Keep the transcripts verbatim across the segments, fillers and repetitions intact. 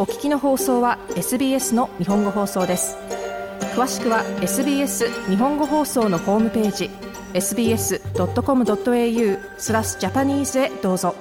お聞きの放送は エスビーエス の日本語放送です。詳しくは エスビーエス 日本語放送のホームページ エスビーエスドットコムドットエーユー スラスジャパニーズへどうぞ。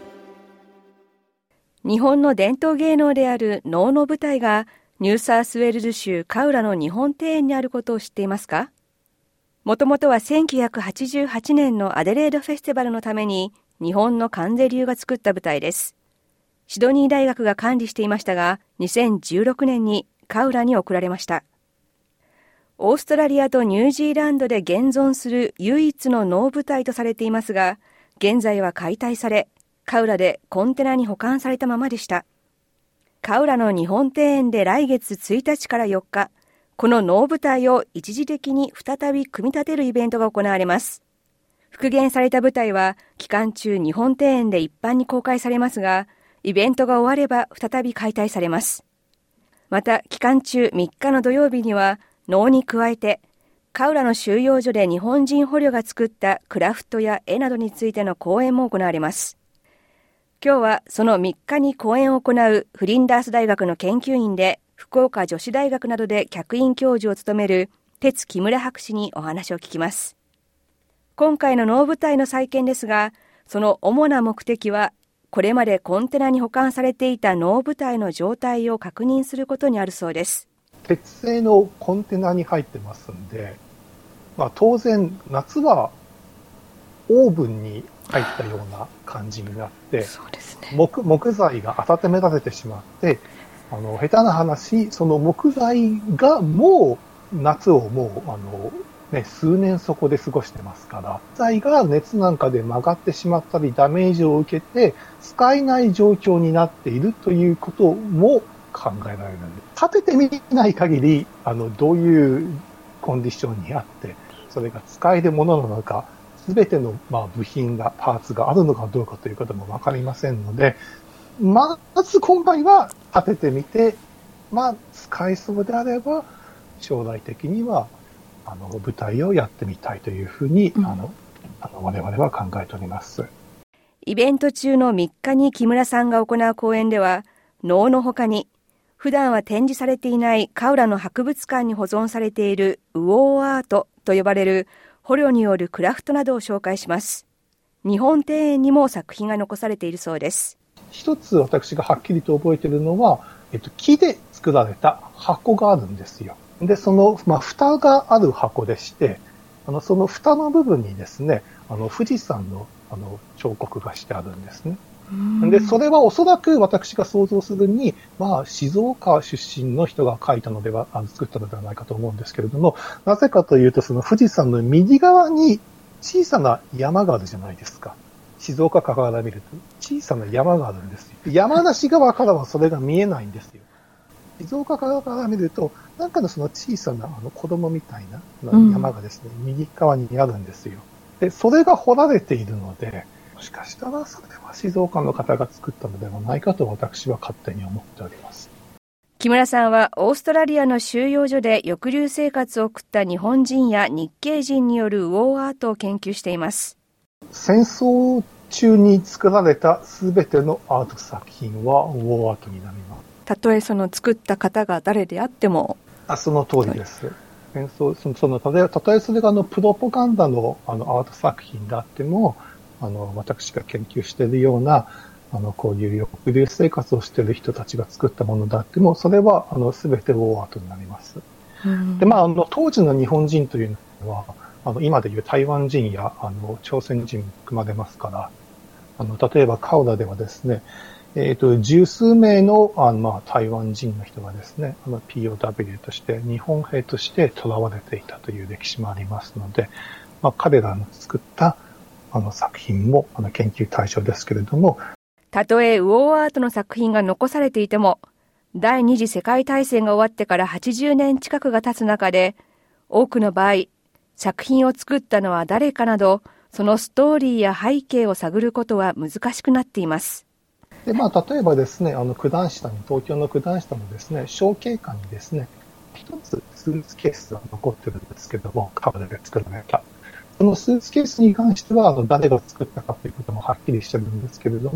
日本の伝統芸能である能の舞台がニューサウスウェールズ州カウラの日本庭園にあることを知っていますか？もともとはせんきゅうひゃくはちじゅうはちねんのアデレードフェスティバルのために日本の観世流が作った舞台です。シドニー大学が管理していましたが、にせんじゅうろくねんにカウラに贈られました。オーストラリアとニュージーランドで現存する唯一の能舞台とされていますが、現在は解体され、カウラでコンテナに保管されたままでした。カウラの日本庭園で来月ついたちからよっか、この能舞台を一時的に再び組み立てるイベントが行われます。復元された舞台は期間中日本庭園で一般に公開されますが、イベントが終われば再び解体されます。また期間中みっかの土曜日には能に加えてカウラの収容所で日本人捕虜が作ったクラフトや絵などについての講演も行われます。今日はそのみっかに講演を行うフリンダース大学の研究員で福岡女子大学などで客員教授を務める鉄木村博士にお話を聞きます。今回の能舞台の再建ですが、その主な目的はこれまでコンテナに保管されていた能舞台の状態を確認することにあるそうです。 鉄製のコンテナに入ってますんで、まあ、当然夏はオーブンに入ったような感じになって、 そうですね、 木, 木材が温められてしまって、あの下手な話、その木材がもう夏をもうあの、ね、数年そこで過ごしてますから、材が熱なんかで曲がってしまったりダメージを受けて使えない状況になっているということも考えられるので、立ててみない限りあのどういうコンディションにあってそれが使えるものなのか、すべての、まあ、部品がパーツがあるのかどうかということも分かりませんので、まず今回は立ててみて、まあ、使えそうであれば将来的にはあの舞台をやってみたいというふうに、うん、あのあの我々は考えております。 イベント中のみっかに木村さんが行う講演では、能の他に普段は展示されていないカウラの博物館に保存されているウォーアートと呼ばれる捕虜によるクラフトなどを紹介します。日本庭園にも作品が残されているそうです。 一つ私がはっきりと覚えているのは、えっと、木で作られた箱があるんですよ。で、その、まあ、蓋がある箱でして、あの、その蓋の部分にですね、あの、富士山の、あの、彫刻がしてあるんですね。で、それはおそらく私が想像するに、まあ、静岡出身の人が描いたのでは、あの、作ったのではないかと思うんですけれども、なぜかというと、その富士山の右側に小さな山があるじゃないですか。静岡から見ると小さな山があるんですよ。山梨側からはそれが見えないんですよ。静岡から見ると、なんかのその小さなあの子供みたいな山がですね、うん、右側にあるんですよ。で、それが掘られているので、もしかしたらそれは静岡の方が作ったのではないかと私は勝手に思っております。 木村さんはオーストラリアの収容所で抑留生活を送った日本人や日系人によるウォーアートを研究しています。 戦争中に作られたすべてのアート作品はウォーアートになります。 たとえその作った方が誰であっても。 あ、その通りです。戦争、その、その、たとえ、たとえそれがあの、プロパガンダのあの、アート作品であっても、あの、私が研究しているような、あの、こういう抑留生活をしている人たちが作ったものであっても、それは、あの、すべてウォーアートになります。で、まあ、あの、当時の日本人というのは、あの、今でいう台湾人や、あの、朝鮮人も含まれますから、あの、例えばカウラではですね、えっと、十数名の、あの、まあ、台湾人の人がですね、あの、ピーオーダブリュー として、日本兵として囚われていたという歴史もありますので、まあ、彼らの作った、あの、作品も、あの、研究対象ですけれども、 たとえウォーアートの作品が残されていても、第二次世界大戦が終わってからはちじゅうねん近くが経つ中で、多くの場合、作品を作ったのは誰かなど、そのストーリーや背景を探ることは難しくなっています。 で、まあ、例えばですね、あの、九段下に、東京の九段下のですね、小景館にですね、一つスーツケースが残ってるんですけども、カウラで作られた。そのスーツケースに関しては、あの、誰が作ったかということもはっきりしてるんですけれども、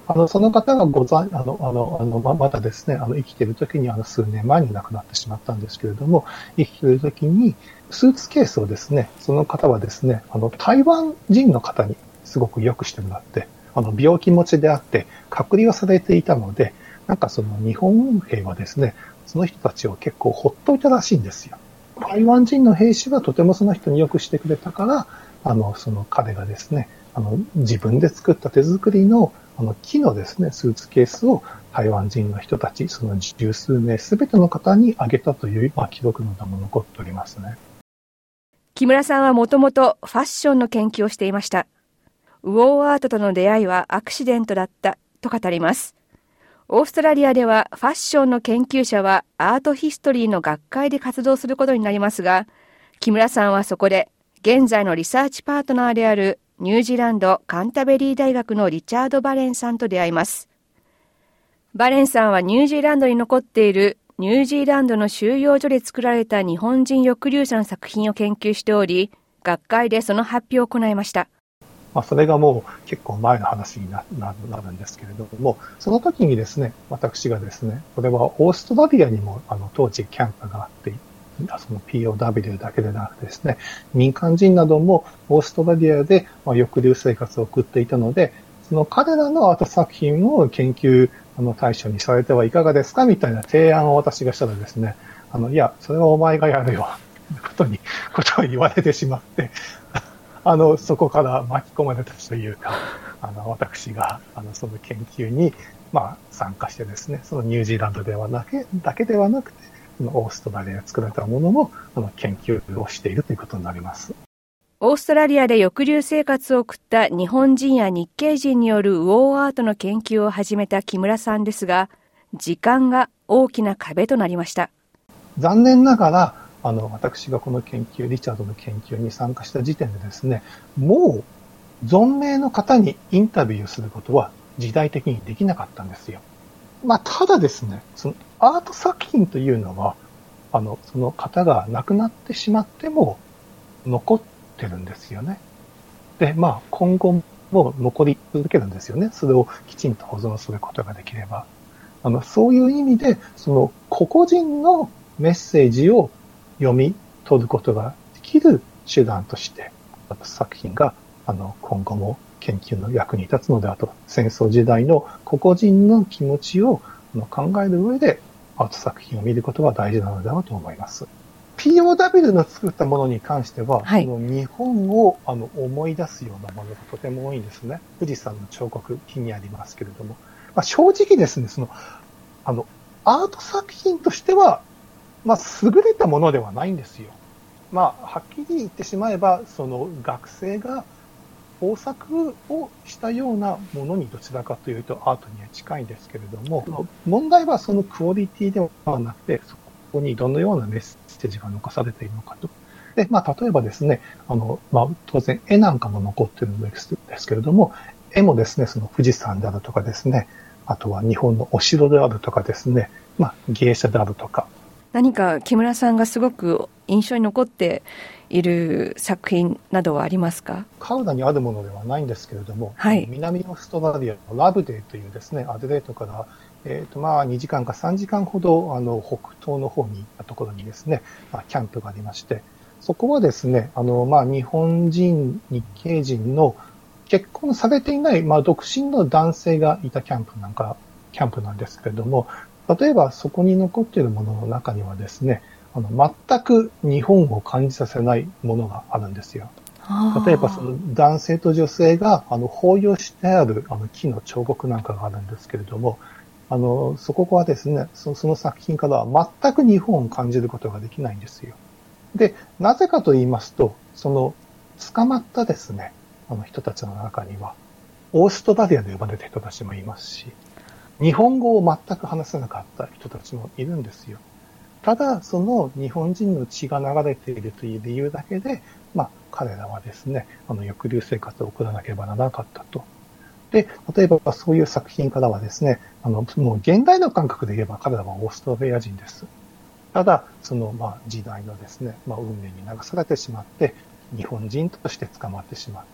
あの、その方がござ、あの、あの、あの、ま、まだですね、あの、生きている時に、あの、数年前に亡くなってしまったんですけれども、生きている時に、スーツケースをですね、その方はですね、あの、台湾人の方にすごく良くしてもらって、あの、病気持ちであって、隔離をされていたので、なんかその日本兵はですね、その人たちを結構ほっといたらしいんですよ。台湾人の兵士がとてもその人に良くしてくれたから、あの、その彼がですね、あの、自分で作った手作りの、あの、木のですね、スーツケースを台湾人の人たち、その十数名すべての方にあげたという、まあ、記録なども残っておりますね。 木村さんはもともとファッションの研究をしていました。ウォーアートとの出会いはアクシデントだったと語ります。オーストラリアではファッションの研究者はアートヒストリーの学会で活動することになりますが、木村さんはそこで現在のリサーチパートナーであるニュージーランドカンタベリー大学のリチャード・バレンさんと出会います。バレンさんはニュージーランドに残っているニュージーランドの収容所で作られた日本人抑留者の作品を研究しており、学会でその発表を行いました。 まあ、それがもう結構前の話に な, な, なるんですけれども、その時にですね、私がですね、これはオーストラリアにもあの当時キャンプがあって、その ピーオーダブリュー だけでなくですね、民間人などもオーストラリアでまあ抑留生活を送っていたので、その彼らのアート作品を研究の対象にされてはいかがですかみたいな提案を私がしたらですね、あの、いや、それはお前がやるよ、ことに、ことを言われてしまって、あの、そこから巻き込まれたというか、あの、私が、あの、その研究に、まあ、参加してですね、そのニュージーランドではなく、だけではなくて、そのオーストラリアで作られたものも、あの、研究をしているということになります。 オーストラリアで抑留生活を送った日本人や日系人によるウォーアートの研究を始めた木村さんですが、時間が大きな壁となりました。 残念ながら、あの、私がこの研究、リチャードの研究に参加した時点でですね、もう存命の方にインタビューすることは時代的にできなかったんですよ。まあ、ただですね、そのアート作品というのは、あの、その方が亡くなってしまっても残ってるんですよね。で、まあ、今後も残り続けるんですよね。それをきちんと保存することができれば。あの、そういう意味で、その個々人のメッセージを読み取ることができる手段として、作品があの今後も研究の役に立つのであと、戦争時代の個々人の気持ちを考える上でアート作品を見ることが大事なのではと思います。ピーオーダブリュー の作ったものに関しては、はい、その日本をあの思い出すようなものがとても多いんですね。富士山の彫刻、木にありますけれども、まあ、正直ですね、そのあのアート作品としてはまあ、優れたものではないんですよ。まあ、はっきり言ってしまえば、その学生が工作をしたようなものにどちらかというとアートには近いんですけれども、問題はそのクオリティではなくて、そこにどのようなメッセージが残されているのかと。で、まあ、例えばですね、あの、まあ、当然絵なんかも残っているんですけれども、絵もですね、その富士山であるとかですね、あとは日本のお城であるとかですね、まあ、芸者であるとか、 何か木村さんがすごく印象に残っている作品などはありますか？ カウダにあるものではないんですけれども、 はい、 南オーストラリアのラブデーというですね、アデレートから、えーとまあ、にじかんかさんじかんほどあの北東の方に行ったところにですね、まあ、キャンプがありまして、そこはですね、あのまあ、日本人、日系人の結婚されていない、まあ、独身の男性がいたキャンプなんか、キャンプなんですけれども、例えばそこに残っているものの中にはですね、あの全く日本を感じさせないものがあるんですよ。例えばその男性と女性があの抱擁してあるあの木の彫刻なんかがあるんですけれども、あのそこはですね、その、その作品からは全く日本を感じることができないんですよ。で、なぜかと言いますと、その捕まったですね、あの人たちの中にはオーストラリアで呼ばれた人たちもいますし、日本語を全く話せなかった人たちもいるんですよ。ただ、その日本人の血が流れているという理由だけで、まあ、彼らはですね、あの、抑留生活を送らなければならなかったと。で、例えばそういう作品からはですね、あの、もう現代の感覚で言えば彼らはオーストラリア人です。ただ、その、まあ、時代のですね、まあ、運命に流されてしまって、日本人として捕まってしまって、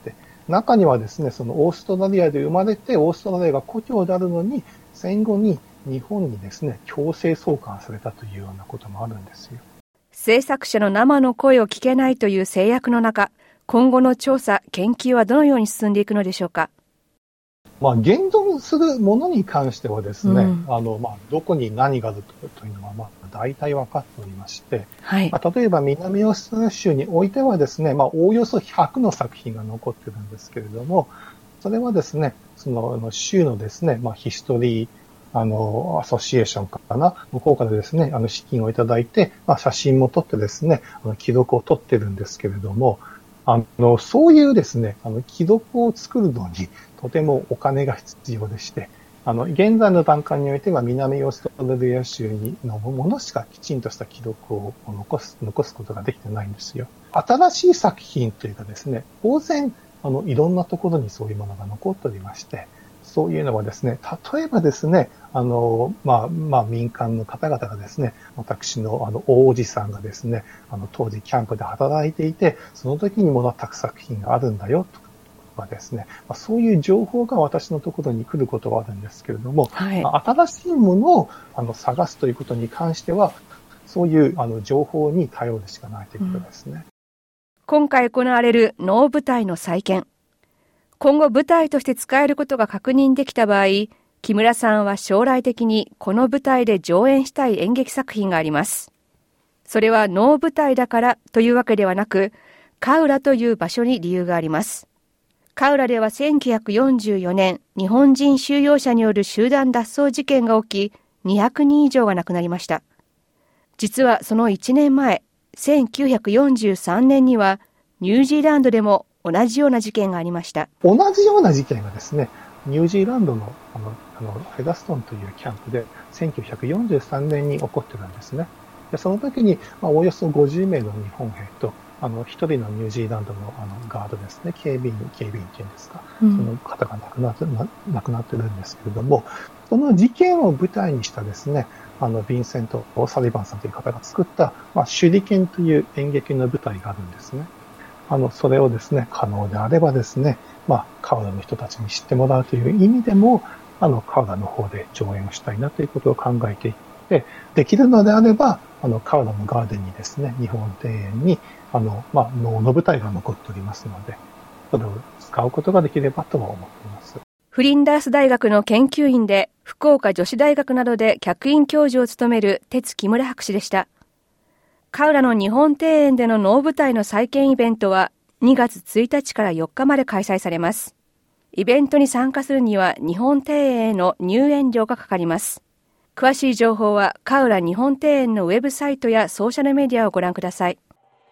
中にはですね、そのオーストラリアで生まれて、オーストラリアが故郷であるのに、戦後に日本にですね、強制送還されたというようなこともあるんですよ。 制作者の生の声を聞けないという制約の中、今後の調査、研究はどのように進んでいくのでしょうか。まあ、 現存するものに関してはですね、うん、あの、まあ、どこに何があるというのは、まあ、大体分かっておりまして、はい。まあ、例えば南オーストラリア州においてはですね、まあ、おおよそひゃくの作品が残ってるんですけれども、それはですね、その州のですね、まあ、ヒストリー、あの、アソシエーションかな、向こうからですね、あの、資金をいただいて、まあ、写真も撮ってですね、あの、記録を取ってるんですけれども、あの、そういうですね、あの、記録を作るのに、とてもお金が必要でして、あの、現在の段階においては南オーストラリア州にのものしかきちんとした記録を残す、残すことができてないんですよ。新しい作品というかですね、当然、あの、いろんなところにそういうものが残っておりまして、そういうのはですね、例えばですね、あの、まあ、まあ、民間の方々がですね、私のあの、大おじさんがですね、あの、当時キャンプで働いていて、その時にもらった作品があるんだよ、とかですね、まあ、そういう情報が私のところに来ることはあるんですけれども、はい、まあ、新しいものをあの探すということに関しては、そういうあの情報に頼るしかないということですね。うん、 今回行われる能舞台の再建。今後舞台として使えることが確認できた場合、木村さんは将来的にこの舞台で上演したい演劇作品があります。それは能舞台だからというわけではなく、カウラという場所に理由があります。カウラではせんきゅうひゃくよんじゅうよねん、日本人収容者による集団脱走事件が起き、にひゃくにん以上が亡くなりました。実はそのいちねんまえ、せんきゅうひゃくよんじゅうさんねんにはニュージーランドでも同じような事件がありました。 同じような事件がですね、ニュージーランドのあのあのフェダストンというキャンプでせんきゅうひゃくよんじゅうさんねんに起こってるんですね。でその時に、まあ、およそごじゅうめいの日本兵とあの一人のニュージーランドのあのガードですね、警備員、警備員っていうんですか、うん、その方が亡くなってな亡くなってるんですけれども、その事件を舞台にしたですね、あのヴィンセント・サリバンさんという方が作った、まあ、手裏剣という演劇の舞台があるんですね。あの、それをですね、可能であればですね、まあ、カウラの人たちに知ってもらうという意味でも、あの、カウラの方で上演をしたいなということを考えていて、できるのであれば、あの、カウラのガーデンにですね、日本庭園に、あの、まあ、能の舞台が残っておりますので、それを使うことができればとは思っています。 フリンダース大学の研究員で、福岡女子大学などで客員教授を務める鉄木村博士でした。カウラの日本庭園での能舞台の再建イベントはにがつついたちからよっかまで開催されます。イベントに参加するには日本庭園への入園料がかかります。詳しい情報はカウラ日本庭園のウェブサイトやソーシャルメディアをご覧ください。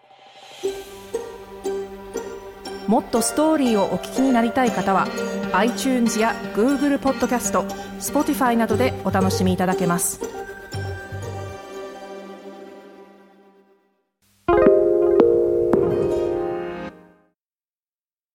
もっとストーリーをお聞きになりたい方は iTunes や Google ポッドキャスト、Spotify などでお楽しみいただけます。